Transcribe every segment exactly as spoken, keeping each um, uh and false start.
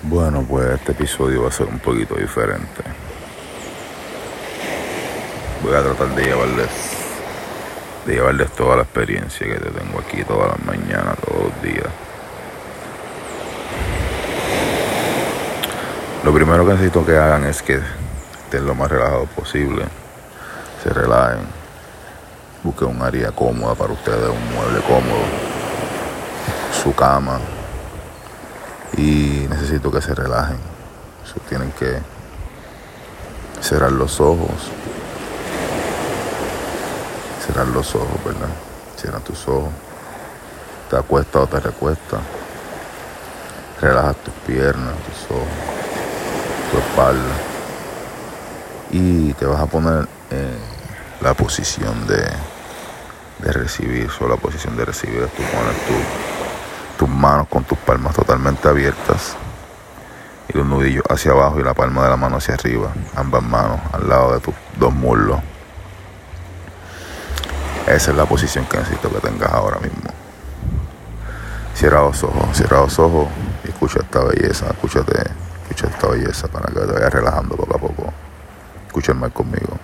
Bueno, pues este episodio va a ser un poquito diferente. Voy a tratar de llevarles, de llevarles toda la experiencia que te tengo aquí todas las mañanas, todos los días. Lo primero que necesito que hagan es que estén lo más relajados posible, se relajen, busquen un área cómoda para ustedes, un mueble cómodo, su cama, y necesito que se relajen. So, tienen que cerrar los ojos, cerrar los ojos, ¿verdad? Cierra tus ojos, te acuestas o te recuestas, relajas tus piernas, tus ojos, tu espalda, y te vas a poner en la posición de, de recibir. Solo la posición de recibir es tú poner tu tus manos con tus palmas totalmente abiertas y los nudillos hacia abajo y la palma de la mano hacia arriba, ambas manos al lado de tus dos muslos. Esa es la posición que necesito que tengas ahora mismo. Cierra los ojos, cierra los ojos y escucha esta belleza, escúchate, escucha esta belleza para que te vayas relajando poco a poco. Escucha el mar conmigo.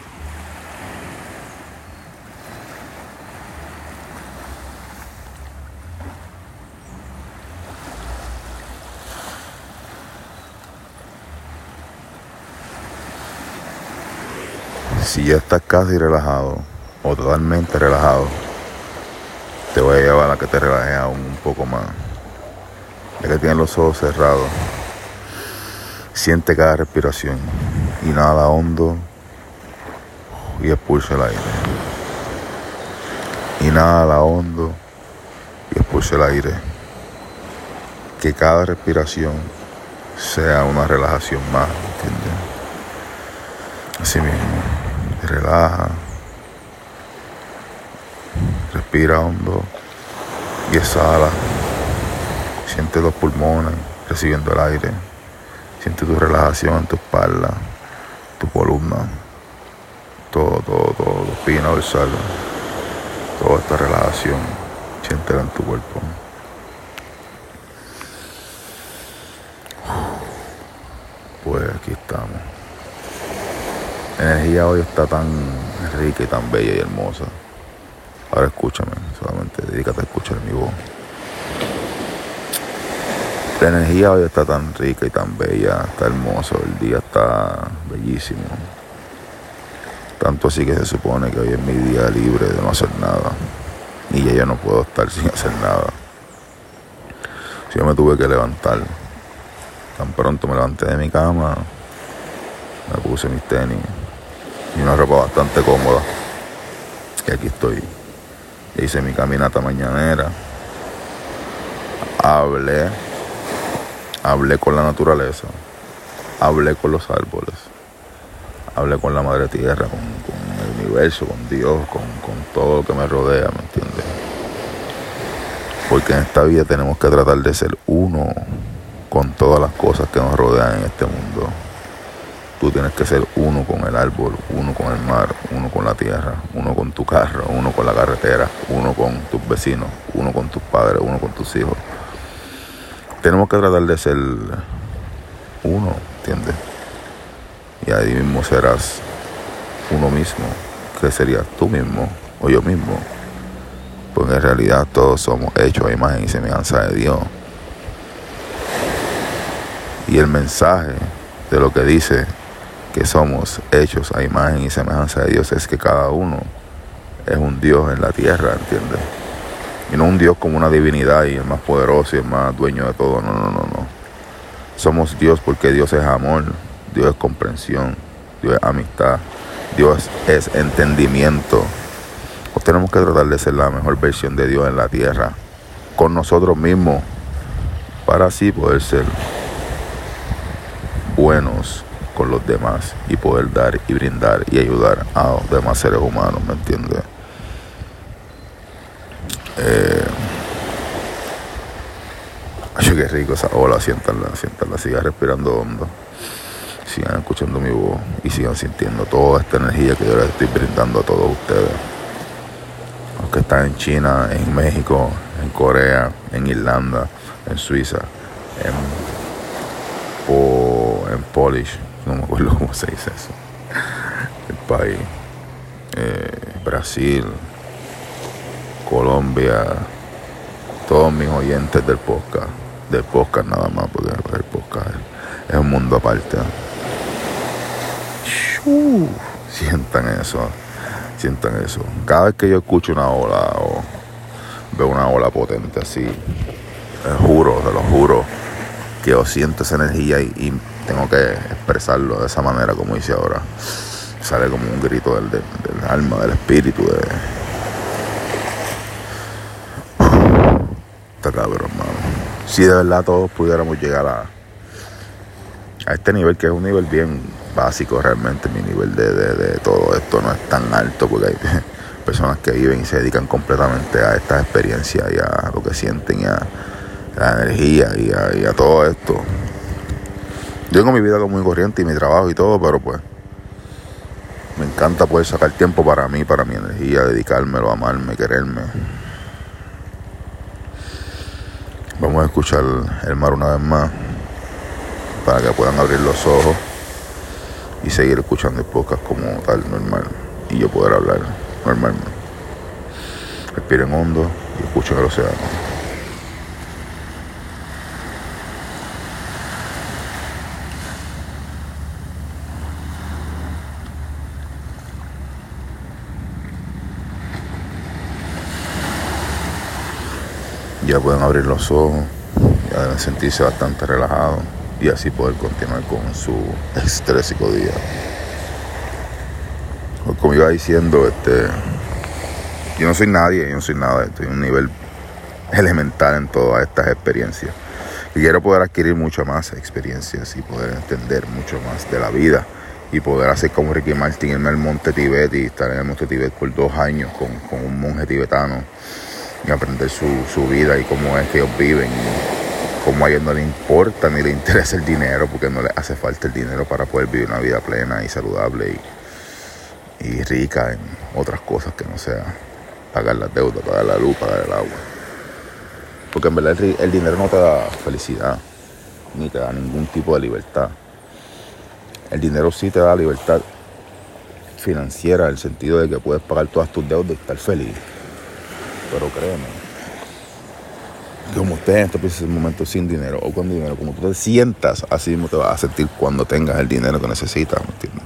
Si ya estás casi relajado o totalmente relajado, te voy a llevar a que te relajes aún un poco más. Ya que tienes los ojos cerrados, siente cada respiración. Inhala hondo y expulsa el aire. Inhala hondo y expulsa el aire. Que cada respiración sea una relajación más, ¿entiendes? Así mismo. Relaja, respira hondo y exhala. Siente los pulmones recibiendo el aire. Siente tu relajación en tu espalda, tu columna, todo, todo, todo, tu espina dorsal, toda esta relajación, siéntela en tu cuerpo. Pues aquí estamos. La energía hoy está tan rica y tan bella y hermosa. Ahora escúchame, solamente dedícate a escuchar mi voz. La energía hoy está tan rica y tan bella, está hermoso, el día está bellísimo. Tanto así que se supone que hoy es mi día libre de no hacer nada. Y ya yo no puedo estar sin hacer nada. Yo me tuve que levantar. Tan pronto me levanté de mi cama, me puse mis tenis y una ropa bastante cómoda. Y aquí estoy. Hice mi caminata mañanera. Hablé. Hablé con la naturaleza. Hablé con los árboles. Hablé con la madre tierra, con, con el universo, con Dios, con, con todo lo que me rodea, ¿me entiendes? Porque en esta vida tenemos que tratar de ser uno con todas las cosas que nos rodean en este mundo. Tú tienes que ser uno con el árbol, uno con el mar, uno con la tierra, uno con tu carro, uno con la carretera, uno con tus vecinos, uno con tus padres, uno con tus hijos. Tenemos que tratar de ser uno, ¿entiendes? Y ahí mismo serás uno mismo, que serías tú mismo o yo mismo. Porque en realidad todos somos hechos a imagen y semejanza de Dios. Y el mensaje de lo que dice que somos hechos a imagen y semejanza de Dios es que cada uno es un Dios en la tierra, ¿entiendes? Y no un Dios como una divinidad y el más poderoso y el más dueño de todo, no, no, no, no. Somos Dios porque Dios es amor, Dios es comprensión, Dios es amistad, Dios es entendimiento. Pues tenemos que tratar de ser la mejor versión de Dios en la tierra, con nosotros mismos, para así poder ser buenos con los demás y poder dar y brindar y ayudar a los demás seres humanos, ¿me entiendes? Eh, ay, qué rico esa ola, siéntanla, siéntanla, sigan respirando hondo, sigan escuchando mi voz y sigan sintiendo toda esta energía que yo les estoy brindando a todos ustedes. Los que están en China, en México, en Corea, en Irlanda, en Suiza, en po, en Polish, no me acuerdo cómo se dice eso, el país, eh, Brasil, Colombia, todos mis oyentes del podcast, del podcast nada más, porque el podcast es, es un mundo aparte. Uh, sientan eso, sientan eso. Cada vez que yo escucho una ola o veo una ola potente así, te juro, te lo juro, que yo siento esa energía y, y tengo que expresarlo de esa manera como hice ahora. Sale como un grito del, del, del alma, del espíritu, de... Está cabrón, hermano. Si de verdad todos pudiéramos llegar a, a este nivel, que es un nivel bien básico realmente, mi nivel de, de, de todo esto no es tan alto, porque hay personas que viven y se dedican completamente a estas experiencias y a lo que sienten y a la energía y a, y a todo esto. Yo tengo mi vida como muy corriente y mi trabajo y todo, pero pues me encanta poder sacar tiempo para mí, para mi energía, dedicármelo, amarme, quererme. Vamos a escuchar el mar una vez más para que puedan abrir los ojos y seguir escuchando el podcast como tal, normal, y yo poder hablar normalmente. Respiren hondo y escuchen el océano. Ya pueden abrir los ojos, ya deben sentirse bastante relajados y así poder continuar con su estrésico día. Como iba diciendo, este, yo no soy nadie, yo no soy nada, estoy en un nivel elemental en todas estas experiencias. Y quiero poder adquirir mucho más experiencias y poder entender mucho más de la vida y poder hacer como Ricky Martin, irme al monte Tibet y estar en el monte Tibet por dos años con, con un monje tibetano y aprender su, su vida y cómo es que ellos viven y cómo a ellos no les importa ni les interesa el dinero, porque no les hace falta el dinero para poder vivir una vida plena y saludable y, y rica en otras cosas que no sea pagar las deudas, pagar la luz, pagar el agua. Porque en verdad el, el dinero no te da felicidad ni te da ningún tipo de libertad. El dinero sí te da libertad financiera, en el sentido de que puedes pagar todas tus deudas y estar feliz. Pero créeme, como usted en estos precisos momentos sin dinero o con dinero, como tú te sientas, así mismo te vas a sentir cuando tengas el dinero que necesitas, ¿me entiendes?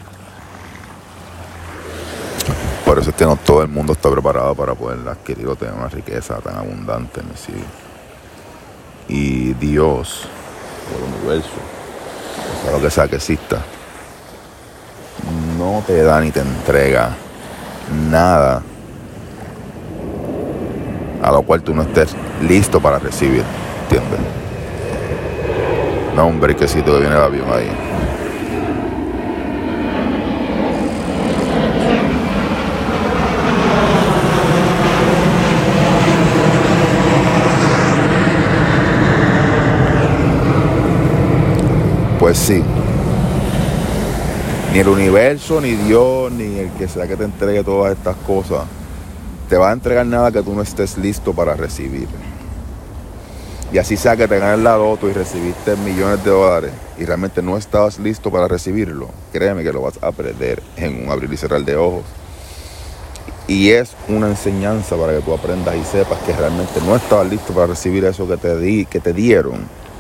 Por eso es que no todo el mundo está preparado para poder adquirir o tener una riqueza tan abundante, ¿me sigue? Y Dios, o el universo, o sea, lo que sea que exista, no te da ni te entrega nada a lo cual tú no estés listo para recibir, ¿entiendes? No, un brequecito que viene el avión ahí. Pues sí, ni el universo, ni Dios, ni el que sea que te entregue todas estas cosas te va a entregar nada que tú no estés listo para recibir. Y así sea que te ganes la loto y recibiste millones de dólares y realmente no estabas listo para recibirlo, créeme que lo vas a perder en un abrir y cerrar de ojos. Y es una enseñanza para que tú aprendas y sepas que realmente no estabas listo para recibir eso que te di, que te dieron.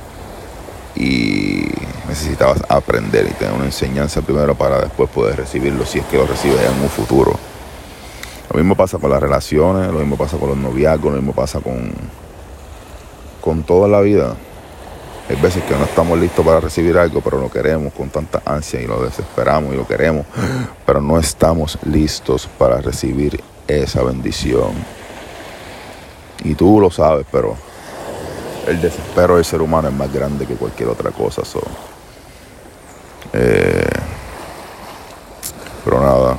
Y necesitabas aprender y tener una enseñanza primero para después poder recibirlo, si es que lo recibes en un futuro. Lo mismo pasa con las relaciones, lo mismo pasa con los noviazgos, lo mismo pasa con, con toda la vida. Hay veces que no estamos listos para recibir algo, pero lo queremos con tanta ansia y lo desesperamos y lo queremos, pero no estamos listos para recibir esa bendición. Y tú lo sabes, pero el desespero del ser humano es más grande que cualquier otra cosa. So. Eh, pero nada.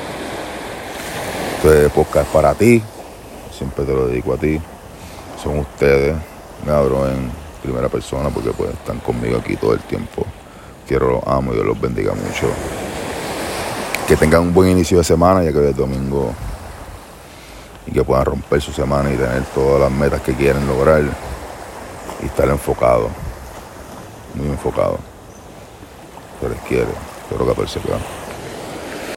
Este podcast es para ti, siempre te lo dedico a ti, son ustedes, me abro en primera persona porque pues están conmigo aquí todo el tiempo, quiero, los amo y Dios los bendiga mucho, que tengan un buen inicio de semana ya que hoy es domingo y que puedan romper su semana y tener todas las metas que quieren lograr y estar enfocados, muy enfocado. Se les quiere. Espero catorce, claro.